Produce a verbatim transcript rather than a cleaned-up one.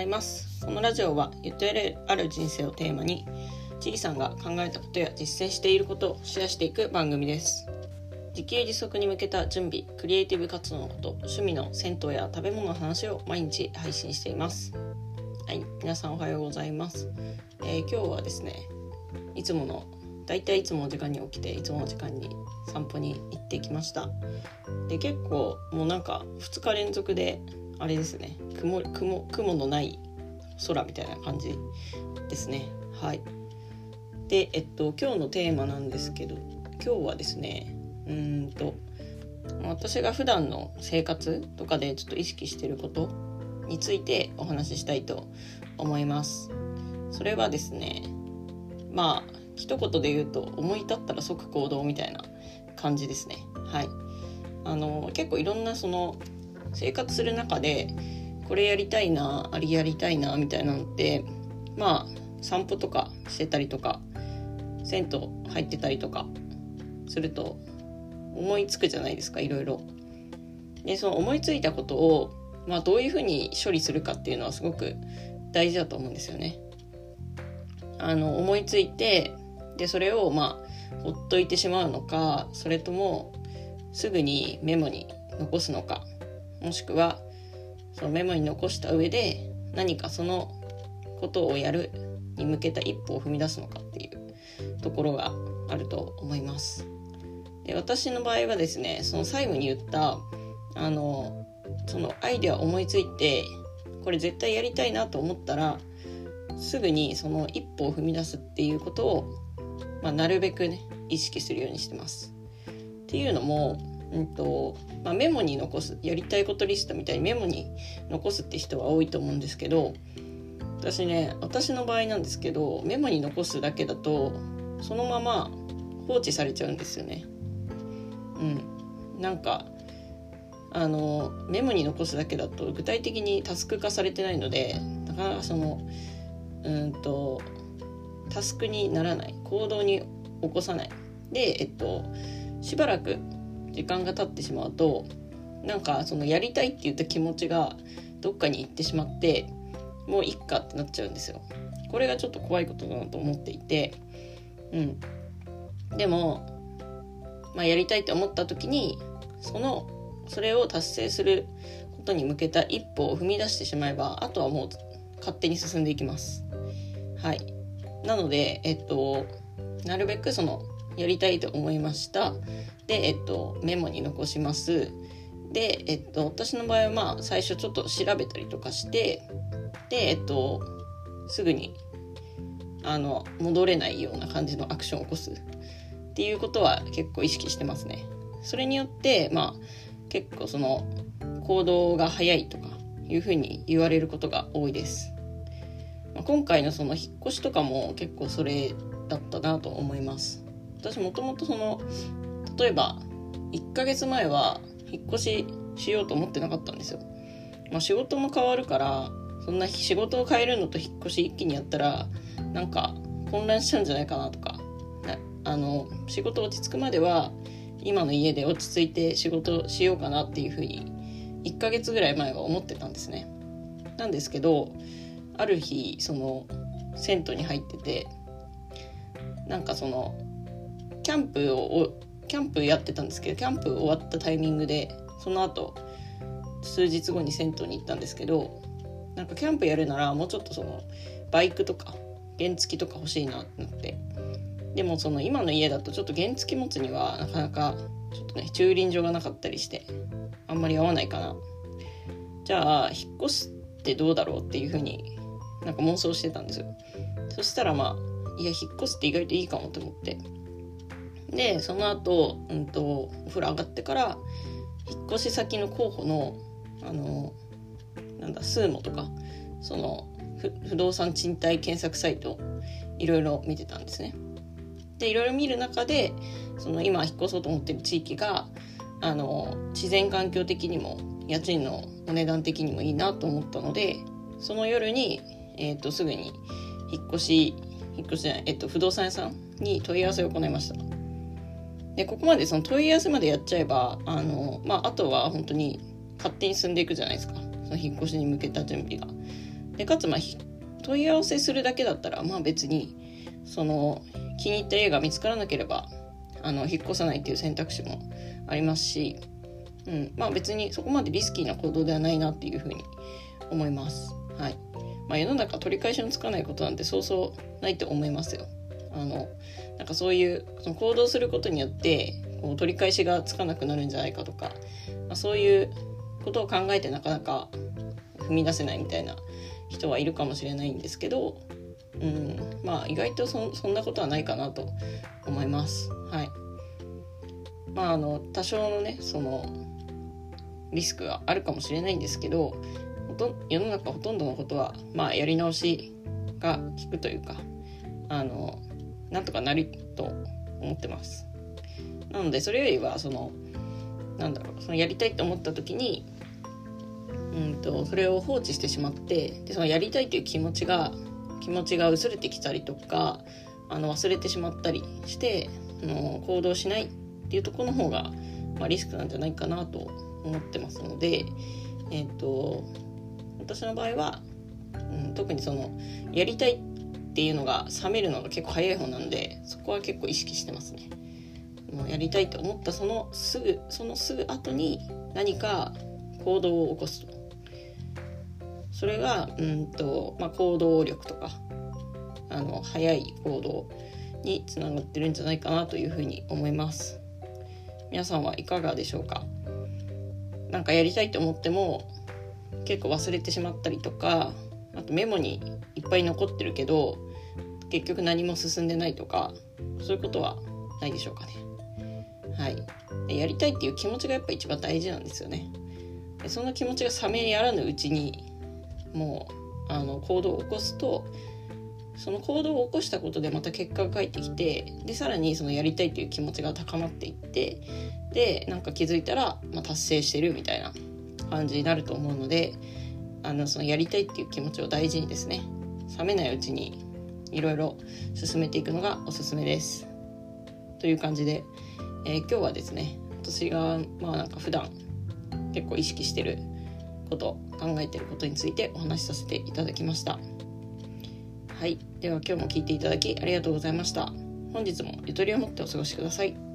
ます。このラジオはゆとりある人生をテーマにちぎさんが考えたことや実践していることをシェアしていく番組です。自給自足に向けた準備、クリエイティブ活動のこと、趣味の銭湯や食べ物の話を毎日配信しています。はい、皆さんおはようございます。えー、今日はですね、いつものだいたいいつもの時間に起きていつもの時間に散歩に行ってきました。で結構もうなんかふつか連続であれですね、雲雲雲のない空みたいな感じですね。はい。でえっと今日のテーマなんですけど、今日はですね、うーんと私が普段の生活とかでちょっと意識していることについてお話ししたいと思います。それはですね、まあ一言で言うと思い立ったら即行動みたいな感じですね。はい。あの結構いろんなその生活する中でこれやりたいな、あれやりたいなみたいなのってまあ散歩とかしてたりとか銭湯入ってたりとかすると思いつくじゃないですか、いろいろ。でその思いついたことをまあどういうふうに処理するかっていうのはすごく大事だと思うんですよね。あの思いついてでそれをまあほっといてしまうのか、それともすぐにメモに残すのか、もしくはそのメモに残した上で何かそのことをやるに向けた一歩を踏み出すのかっていうところがあると思います。で私の場合はですね、その最後に言ったあのそのアイデアを思いついてこれ絶対やりたいなと思ったらすぐにその一歩を踏み出すっていうことを、まあ、なるべくね意識するようにしてます。っていうのも、うんとまあ、メモに残す、やりたいことリストみたいにメモに残すって人は多いと思うんですけど、私ね私の場合なんですけど、メモに残すだけだとそのまま放置されちゃうんですよね。うん、なんかあのメモに残すだけだと具体的にタスク化されてないので、なかなかそのうんとタスクにならない、行動に起こさないで、えっとしばらく時間が経ってしまうと、なんかそのやりたいって言った気持ちがどっかに行ってしまって、もういっかってなっちゃうんですよ。これがちょっと怖いことだなと思っていて、うんでも、まあ、やりたいって思った時にそのそれを達成することに向けた一歩を踏み出してしまえば、あとはもう勝手に進んでいきます。はい。なのでえっとなるべくそのやりたいと思いました。で、えっと、メモに残します。で、えっと、私の場合はまあ最初ちょっと調べたりとかして、で、えっと、すぐにあの戻れないような感じのアクションを起こすっていうことは結構意識してますね。それによってまあ結構その行動が早いとかいうふうに言われることが多いです。まあ、今回のその引っ越しとかも結構それだったなと思います。私もともとその例えばいっかげつまえは引っ越ししようと思ってなかったんですよ。まあ、仕事も変わるから、そんな仕事を変えるのと引っ越し一気にやったらなんか混乱しちゃうんじゃないかなとか、あの仕事落ち着くまでは今の家で落ち着いて仕事しようかなっていうふうにいっかげつぐらい前は思ってたんですね。なんですけど、ある日その銭湯に入ってて、なんかそのキャンプをキャンプやってたんですけど、キャンプ終わったタイミングでその後数日後に銭湯に行ったんですけど、なんかキャンプやるならもうちょっとそのバイクとか原付とか欲しいなってなって、でもその今の家だとちょっと原付持つにはなかなかちょっとね駐輪場がなかったりしてあんまり合わないかな、じゃあ引っ越すってどうだろうっていう風になんか妄想してたんですよ。そしたらまあいや引っ越すって意外といいかもと思って、でその後、うんとお風呂上がってから引っ越し先の候補のあのなんだスーモとかその不動産賃貸検索サイトいろいろ見てたんですね。でいろいろ見る中でその今引っ越そうと思ってる地域があの自然環境的にも家賃のお値段的にもいいなと思ったので、その夜に、えー、とすぐに引っ越し引っ越しじゃない、えー、と不動産屋さんに問い合わせを行いました。でここまでその問い合わせまでやっちゃえばあの、まあ、あとは本当に勝手に進んでいくじゃないですか、その引っ越しに向けた準備が。 でかつまあ問い合わせするだけだったらまあ別にその気に入った家が見つからなければあの引っ越さないっていう選択肢もありますし、うん、まあ別にそこまでリスキーな行動ではないなっていうふうに思います。はい。まあ世の中取り返しのつかないことなんてそうそうないと思いますよ。あのなんかそういうその行動することによってこう取り返しがつかなくなるんじゃないかとか、まあ、そういうことを考えてなかなか踏み出せないみたいな人はいるかもしれないんですけど、うん、まあ意外と そ, そんなことはないかなと思います。はい。まああの多少のねそのリスクがあるかもしれないんですけど、ほと世の中ほとんどのことはまあやり直しが効くというか、あのなんとかなると思ってます。なのでそれよりはそのなんだろうそのやりたいと思った時にうんとそれを放置してしまって、でそのやりたいという気持ちが気持ちが薄れてきたりとか、あの忘れてしまったりしてあの行動しないっていうところの方が、まあ、リスクなんじゃないかなと思ってますので、えっと私の場合は、うん、特にそのやりたいっていうのが冷めるのが結構早い方なんで、そこは結構意識してますね。もうやりたいと思ったそのすぐそのすぐ後に何か行動を起こすと、それがうんと、まあ、行動力とかあの早い行動につながってるんじゃないかなというふうに思います。皆さんはいかがでしょうか。なんかやりたいと思っても結構忘れてしまったりとか、あとメモにいっぱい残ってるけど結局何も進んでないとか、そういうことはないでしょうかね。はい。やりたいっていう気持ちがやっぱ一番大事なんですよね。でその気持ちが冷めやらぬうちにもうあの行動を起こすと、その行動を起こしたことでまた結果が返ってきて、でさらにそのやりたいという気持ちが高まっていって、でなんか気づいたら、まあ、達成してるみたいな感じになると思うので、あのそのやりたいっていう気持ちを大事にですね、冷めないうちにいろいろ進めていくのがおすすめですという感じで、えー、今日はですね、私がまあなんか普段結構意識してること、考えてることについてお話しさせていただきました。はい、では今日も聞いていただきありがとうございました。本日もゆとりを持ってお過ごしください。